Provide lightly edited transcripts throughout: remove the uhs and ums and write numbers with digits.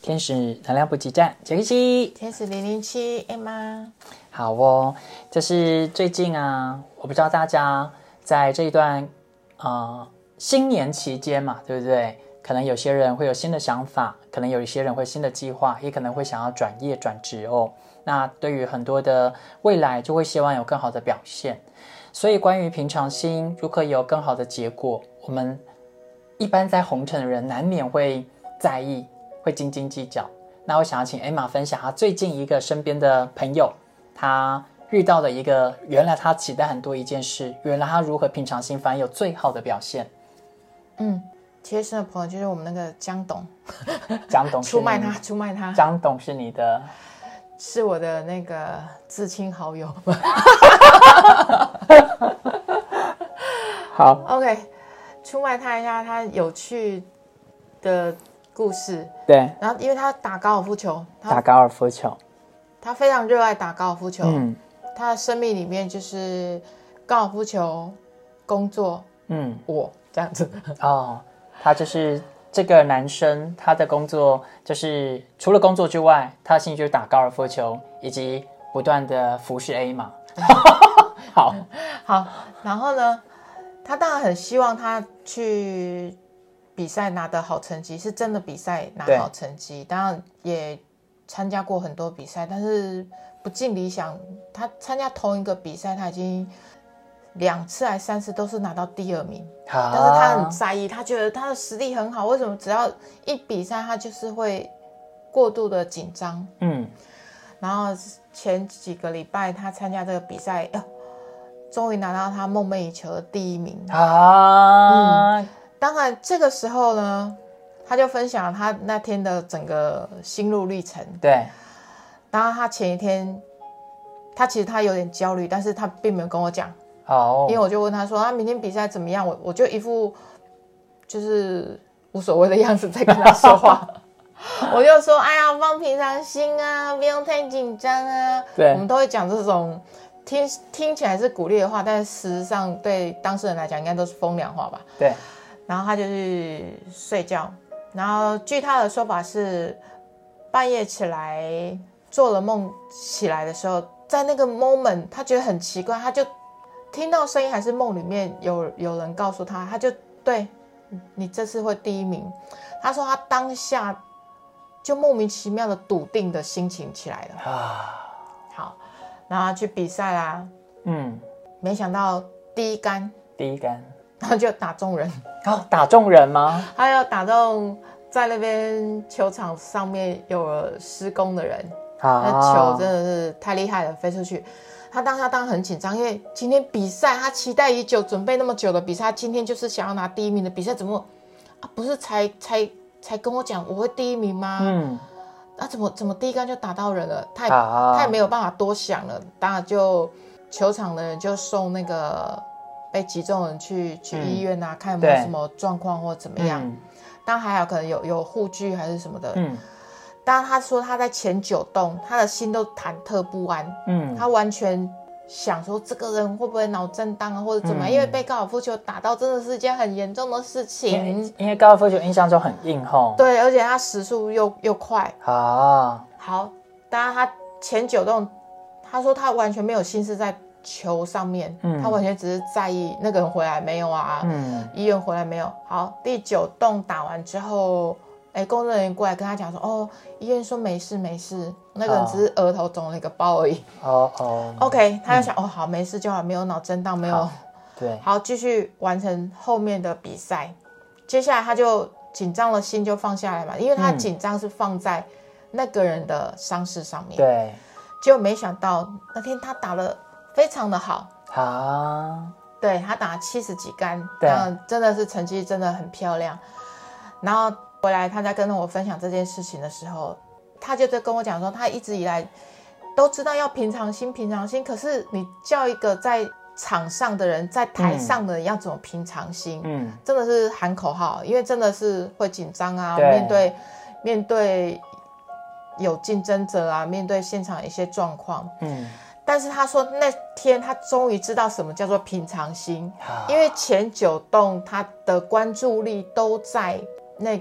天使能量补给站917， 天使007 Emma。 好哦，这是最近啊，我不知道大家在这一段新年期间嘛，对不对？可能有些人会有新的想法，可能有一些人会新的计划，也可能会想要转业转职哦。那对于很多的未来，就会希望有更好的表现。所以关于平常心如何有更好的结果，我们一般在红尘的人难免会在意，会斤斤计较。那我想要请 Emma 分享她最近一个身边的朋友，她遇到的一个原来她期待很多一件事，原来她如何平常心反而有最好的表现。 贴身的朋友就是我们那个江董， 江董出卖他， 江董是你的， 是我的那个至亲好友。 好 ，OK， 出卖他一下他有趣的故事。 对， 然后因为他打高尔夫球， 打高尔夫球， 他非常热爱打高尔夫球。他的生命里面就是高尔夫球、工作，我这样子。 哦，他就是这个男生，他的工作就是除了工作之外，他的兴趣就是打高尔夫球，以及不断的服侍 A 嘛。好， 然后呢，他当然很希望他去比赛拿得好成绩，是真的比赛拿好成绩，当然也参加过很多比赛，但是不尽理想。他参加同一个比赛，他已经2次还3次都是拿到第2名，但是他很在意，他觉得他的实力很好，为什么只要一比赛他就是会过度的紧张？然后前几个礼拜他参加这个比赛，终于拿到他梦寐以求的第1名当然这个时候呢，他就分享了他那天的整个心路历程。 对， 然后他前一天，其实他有点焦虑，但是他并没有跟我讲。因为我就问他说，明天比赛怎么样？我就一副就是无所谓的样子在跟他说话。我就说，哎呀，放平常心啊，不用太紧张啊。对，我们都会讲这种听起来是鼓励的话，但是事实上对当事人来讲，应该都是风凉话吧。 对。 然后他就去睡觉，然后据他的说法是，半夜起来做了梦，起来的时候，在那个 moment， 他觉得很奇怪，他就听到声音，还是梦里面有人告诉他，他就对你这次会第1名。他说他当下就莫名其妙的笃定的心情起来了好，然后去比赛啦。没想到第一杆，然后就打中人。 打中人吗？ 他要打中在那边球场上面有施工的人。那球真的是太厉害了，飞出去。他当下当然很紧张，因为今天比赛他期待已久，准备那么久的比赛，今天就是想要拿第1名的比赛，怎么不是才跟我讲我会第1名吗？怎么第一杆就打到人了？他也没有办法多想了，当然就球场的人就送那个被击中的人去医院啊，看有没有什么状况或怎么样。当然还好，可能有护具还是什么的。当然他说他在前9洞，他的心都忐忑不安。他完全想说这个人会不会脑震荡啊，或者怎么样？因为被高尔夫球打到真的是一件很严重的事情。 因为高尔夫球印象中很硬吼。 对，而且他时速又快。好，当然他前9洞，他说他完全没有心思在球上面，他完全只是在意那个人回来没有啊，医院回来没有。好，第9洞打完之后，工作人员过来跟他讲说，医院说没事，那个人只是额头肿了一个包而已。OK， 他就想，好，没事就好，没有脑震荡，没有。 对， 好，继续完成后面的比赛。接下来他就紧张的心就放下来嘛，因为他紧张是放在那个人的伤势上面。 对， 结果没想到那天他打得非常的好。对，他打70几杆，真的是成绩真的很漂亮。然后回来他在跟我分享这件事情的时候，他就在跟我讲说，他一直以来都知道要平常心，可是你叫一个在场上的人，在台上的人要怎么平常心？真的是喊口号，因为真的是会紧张啊，面对有竞争者啊，面对现场一些状况。但是他说那天他终于知道什么叫做平常心，因为前9洞他的关注力都在那个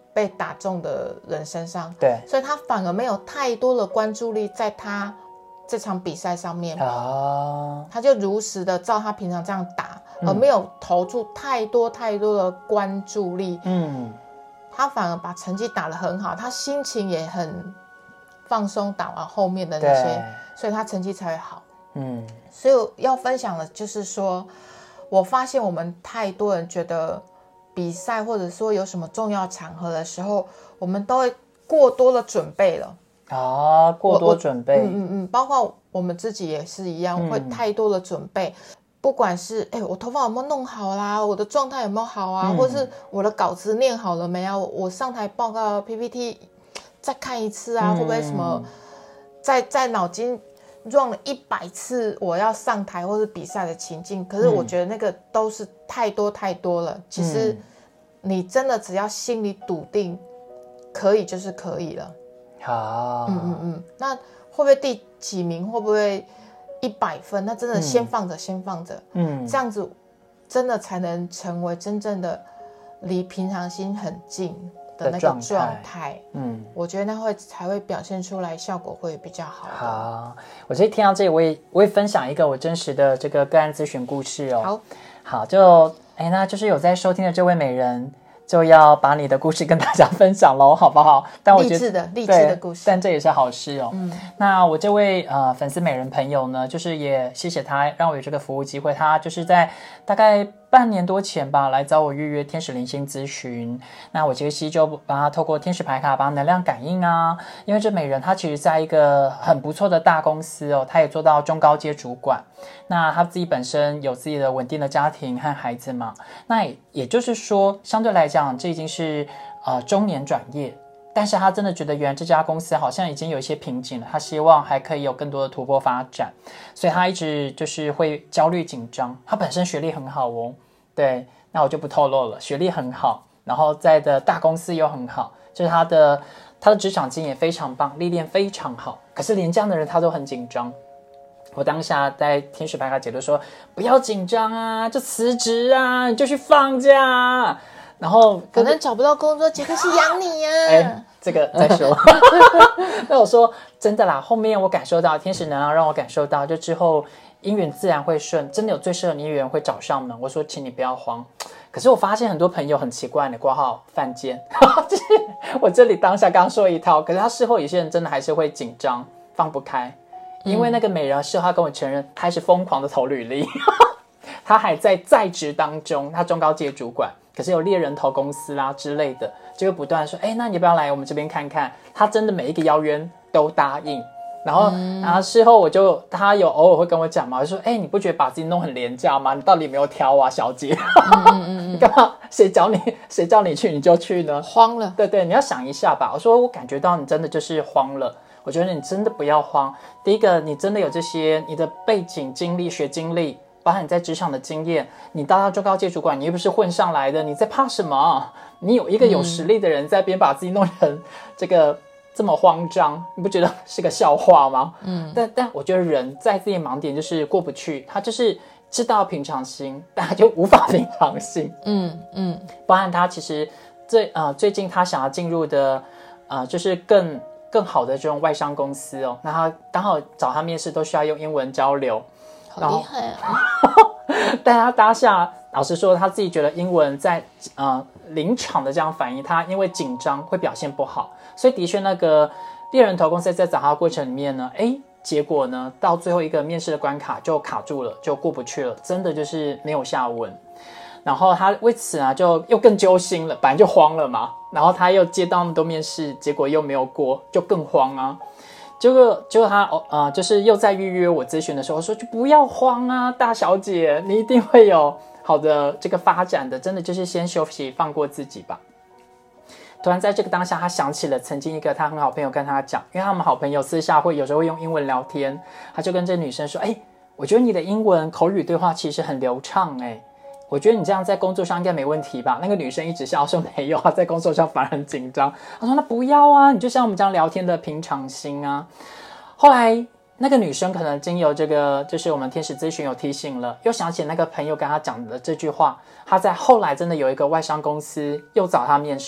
被打中的人身上， 对， 所以他反而没有太多的关注力在他这场比赛上面他就如实的照他平常这样打，而没有投注太多的关注力。他反而把成绩打得很好，他心情也很放松，打完后面的那些，所以他成绩才会好。所以要分享的就是说，我发现我们太多人觉得比赛或者说有什么重要场合的时候，我们都会过多的准备了过多准备， 包括我们自己也是一样，会太多的准备。不管是我头发有没有弄好啦，我的状态有没有好啊，或是我的稿子念好了没啊，我上台报告 PPT 再看一次啊，会不会什么在脑筋 run 了100次我要上台或是比赛的情境。可是我觉得那个都是太多了。其实你真的只要心里笃定可以就是可以了。那会不会第几名，会不会100分，那真的先放着这样子真的才能成为真正的离平常心很近的那个状态。我觉得那才会表现出来，效果会比较好的。 好，我其实听到这里，我也分享一个我真实的这个个案咨询故事哦。好，那就是有在收听的这位美人，就要把你的故事跟大家分享咯，好不好？但我觉得励志的故事， 但这也是好事哦。那我这位粉丝美人朋友呢，就是也谢谢他让我有这个服务机会。他就是在大概半年多前吧，来找我预约天使灵性咨询。那我杰西就帮他透过天使牌卡帮能量感应啊。因为这美人她其实在一个很不错的大公司哦，她也做到中高阶主管。那她自己本身有自己的稳定的家庭和孩子嘛。那也就是说，相对来讲，这已经是中年转业。但是他真的觉得原来这家公司好像已经有一些瓶颈了，他希望还可以有更多的突破发展，所以他一直就是会焦虑紧张。他本身学历很好哦，对，那我就不透露了，学历很好，然后在的大公司又很好，就是他的职场经验也非常棒，历练非常好，可是连这样的人他都很紧张。我当下在天使牌卡解读说，不要紧张啊，就辞职啊，你就去放假啊。然后可能找不到工作，杰克西养你呀。 这个再说。那我说真的啦，后面我感受到天使能量让我感受到，就之后姻缘自然会顺，真的有最适合你的缘会找上门。我说请你不要慌。可是我发现很多朋友很奇怪，你挂号犯贱。就是我这里当下刚说一套，可是他事后有些人真的还是会紧张放不开，因为那个美人事后跟我承认，他还是疯狂的投履历。他还在职当中，他中高阶主管，可是有猎人头公司啦之类的，就会不断说，那你要不要来我们这边看看？他真的每一个邀约都答应。然后事后他有偶尔会跟我讲嘛，就说，你不觉得把自己弄很廉价吗？你到底有没有挑啊，小姐？你干嘛？谁叫你去你就去呢？ 慌了。 对，你要想一下吧。我说我感觉到你真的就是慌了。我觉得你真的不要慌。第一个，你真的有这些你的背景经历、学经历。包含你在职场的经验，你到中高阶主管，你又不是混上来的，你在怕什么？你有一个有实力的人在边把自己弄成这么慌张，你不觉得是个笑话吗？但我觉得人在自己盲点就是过不去，他就是知道平常心，但他就无法平常心。包含他其实最近他想要进入的就是更好的这种外商公司哦，那他刚好找他面试都需要用英文交流。 好厉害啊！ 但他当下老实说，他自己觉得英文在临场的这样反应，他因为紧张会表现不好，所以的确那个猎人头公司在找他的过程里面呢，结果呢到最后一个面试的关卡就卡住了，就过不去了，真的就是没有下文。然后他为此啊就又更揪心了，本来就慌了嘛，然后他又接到那么多面试，结果又没有过，就更慌啊。结果他就是又在预约我咨询的时候说，就不要慌啊，大小姐，你一定会有好的这个发展的，真的就是先休息，放过自己吧。突然在这个当下，他想起了曾经一个他很好朋友跟他讲，因为他们好朋友私下有时候会用英文聊天，他就跟这女生说，我觉得你的英文口语对话其实很流畅我觉得你这样在工作上应该没问题吧？那个女生一直笑说没有啊，在工作上反而很紧张。她说那不要啊，你就像我们这样聊天的平常心啊。后来那个女生可能经由这个就是我们天使咨询有提醒了，又想起那个朋友跟她讲的这句话，她在后来真的有一个外商公司又找她面试了，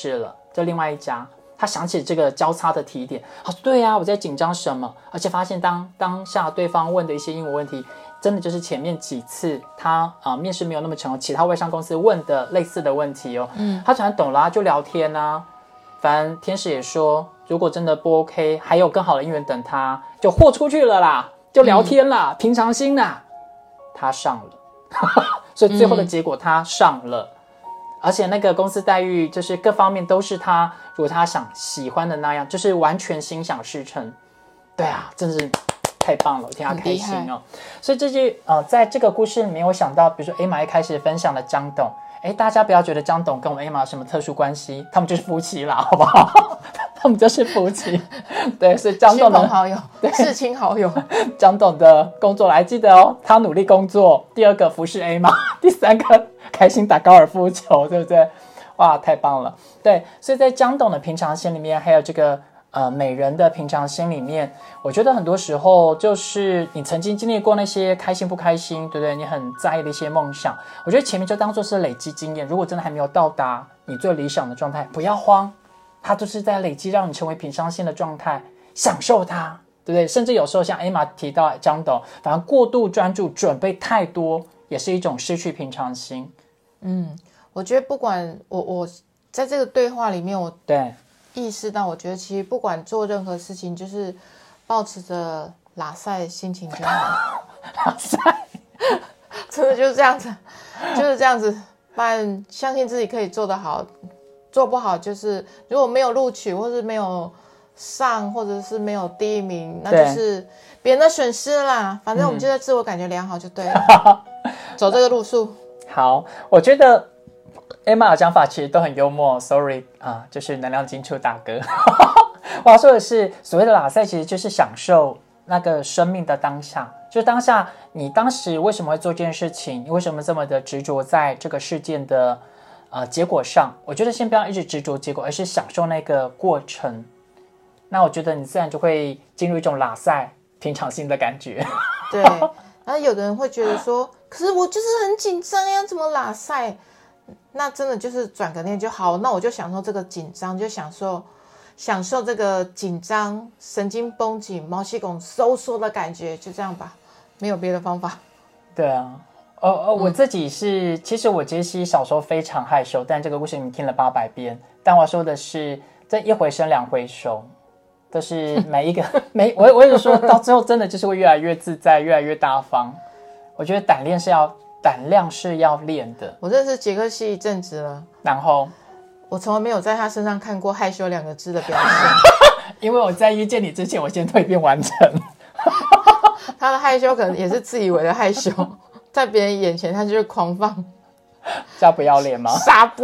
这另外一家，他想起这个交叉的提点，他说对啊，我在紧张什么？而且发现当下对方问的一些英文问题，真的就是前面几次他面试没有那么成功，其他外商公司问的类似的问题哦。他突然懂了就聊天啊。反正天使也说，如果真的不 OK， 还有更好的姻缘等他，就豁出去了啦，就聊天啦，平常心啦。他上了，所以最后的结果他上了。而且那个公司待遇就是各方面都是他如果他喜欢的那样，就是完全心想事成。对啊，真是太棒了，我替他开心哦。所以这句在这个故事里面，我想到，比如说 Emma 一开始分享的张董，大家不要觉得张董跟我们 Emma 有什么特殊关系，他们就是夫妻啦，好不好？他们就是夫妻。对，所以张董的亲朋好友，至亲好友。 张董的工作来记得哦，他努力工作，第二个服侍 Emma， 第三个开心打高尔夫球，对不对？哇，太棒了。对，所以在张董的平常心里面，还有这个美人的平常心里面，我觉得很多时候就是你曾经经历过那些开心不开心，对不对？你很在意的一些梦想，我觉得前面就当作是累积经验。如果真的还没有到达你最理想的状态，不要慌，它就是在累积，让你成为平常心的状态，享受它，对不对？甚至有时候像 Emma 提到张董，反正过度专注，准备太多，也是一种失去平常心。 我觉得不管我在这个对话里面，我对意识到，我觉得其实不管做任何事情，就是抱持着拉塞心情就好。 拉塞， 真的就是这样子，就是这样子。不然相信自己可以做得好，做不好就是如果没有录取，或是没有上，或者是没有第一名，那就是别人的损失啦。反正我们就在自我感觉良好就对了，走这个路数。 好，我觉得 Emma 的讲法其实都很幽默 ，sorry 就是能量金处打嗝。我要说的是，所谓的拉塞其实就是享受那个生命的当下，就是当下你当时为什么会做这件事情，你为什么这么的执着在这个事件的结果上。我觉得先不要一直执着结果，而是享受那个过程。那我觉得你自然就会进入一种拉塞平常心的感觉。 对，然后有的人会觉得说，可是我就是很紧张呀，怎么拉塞？那真的就是转个念就好，那我就享受这个紧张，就享受这个紧张、神经绷紧、毛细孔收缩的感觉，就这样吧，没有别的方法。 对啊，我自己是，其实我杰西小时候非常害羞，但这个故事你们听了800遍，但我说的是这一回生2回熟，都是每一个我也说到最后真的就是会越来越自在，越来越大方。我觉得胆量是要练的。 我认识杰克西一阵子了， 然后我从来没有在他身上看过害羞2个字的表现。 因为我在遇见你之前，我先蜕变完成。 他的害羞可能也是自以为的害羞，在别人眼前他就是狂放， 叫不要脸吗？ 撒泼，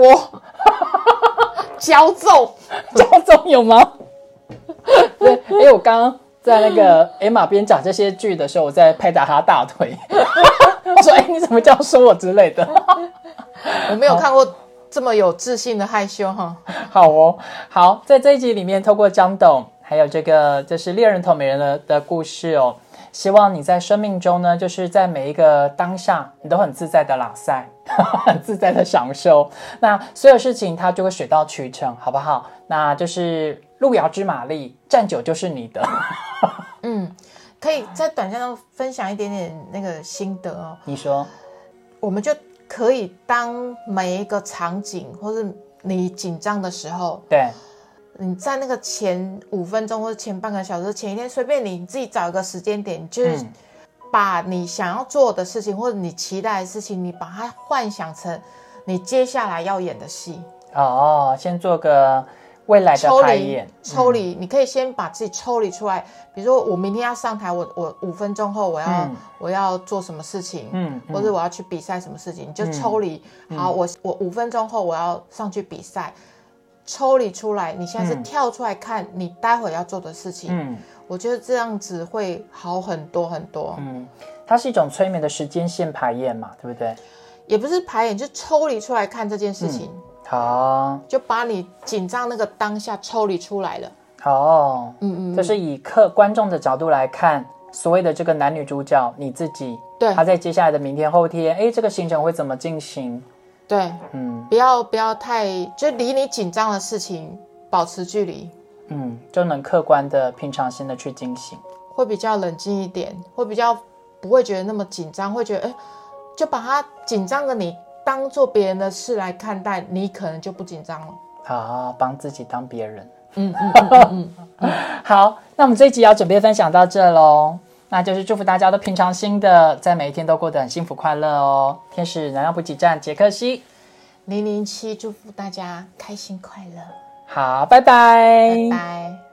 骄纵有吗？对，因为我刚刚在那个 Emma 边讲这些句的时候，我在拍打他大腿。我说：“你怎么这样说我之类的？” 我没有看过这么有自信的害羞哈。 好哦，好，在这一集里面，透过张董还有这个就是猎人头美人的故事哦，希望你在生命中呢，就是在每一个当下，你都很自在的拉塞，很自在的享受。那所有事情它就会水到渠成，好不好？那就是路遥知马力，站久就是你的。 可以在短信上分享一点点那个心得哦。 你说， 我们就可以当每一个场景，或是你紧张的时候， 对， 你在那个前5分钟或者前半个小时、前一天，随便你自己找一个时间点，就是把你想要做的事情或者你期待的事情，你把它幻想成你接下来要演的戏。 先做个未来的排演， 抽离，你可以先把自己抽离出来。比如说，我明天要上台，我5分钟后我要做什么事情，或者我要去比赛什么事情，你就抽离。好，我5分钟后我要上去比赛，抽离出来。你现在是跳出来看你待会要做的事情。我觉得这样子会好很多很多。 它是一种催眠的时间线排演嘛，对不对？ 也不是排演，就抽离出来看这件事情。 好， 就把你紧张那个当下抽离出来了。 就是以观众的角度来看，所谓的这个男女主角你自己， 对， 他在接下来的明天后天，这个行程会怎么进行？ 对，不要太就离你紧张的事情保持距离， 就能客观的平常心的去进行， 会比较冷静一点，会比较不会觉得那么紧张，会觉得就把它紧张的你当做别人的事来看待，你可能就不紧张了。 好，帮自己当别人。好，那我们这一集要准备分享到这咯，那就是祝福大家都平常心的，在每一天都过得很幸福快乐哦。天使能量补给站杰克西 007祝福大家开心快乐。 好，拜拜。 拜拜。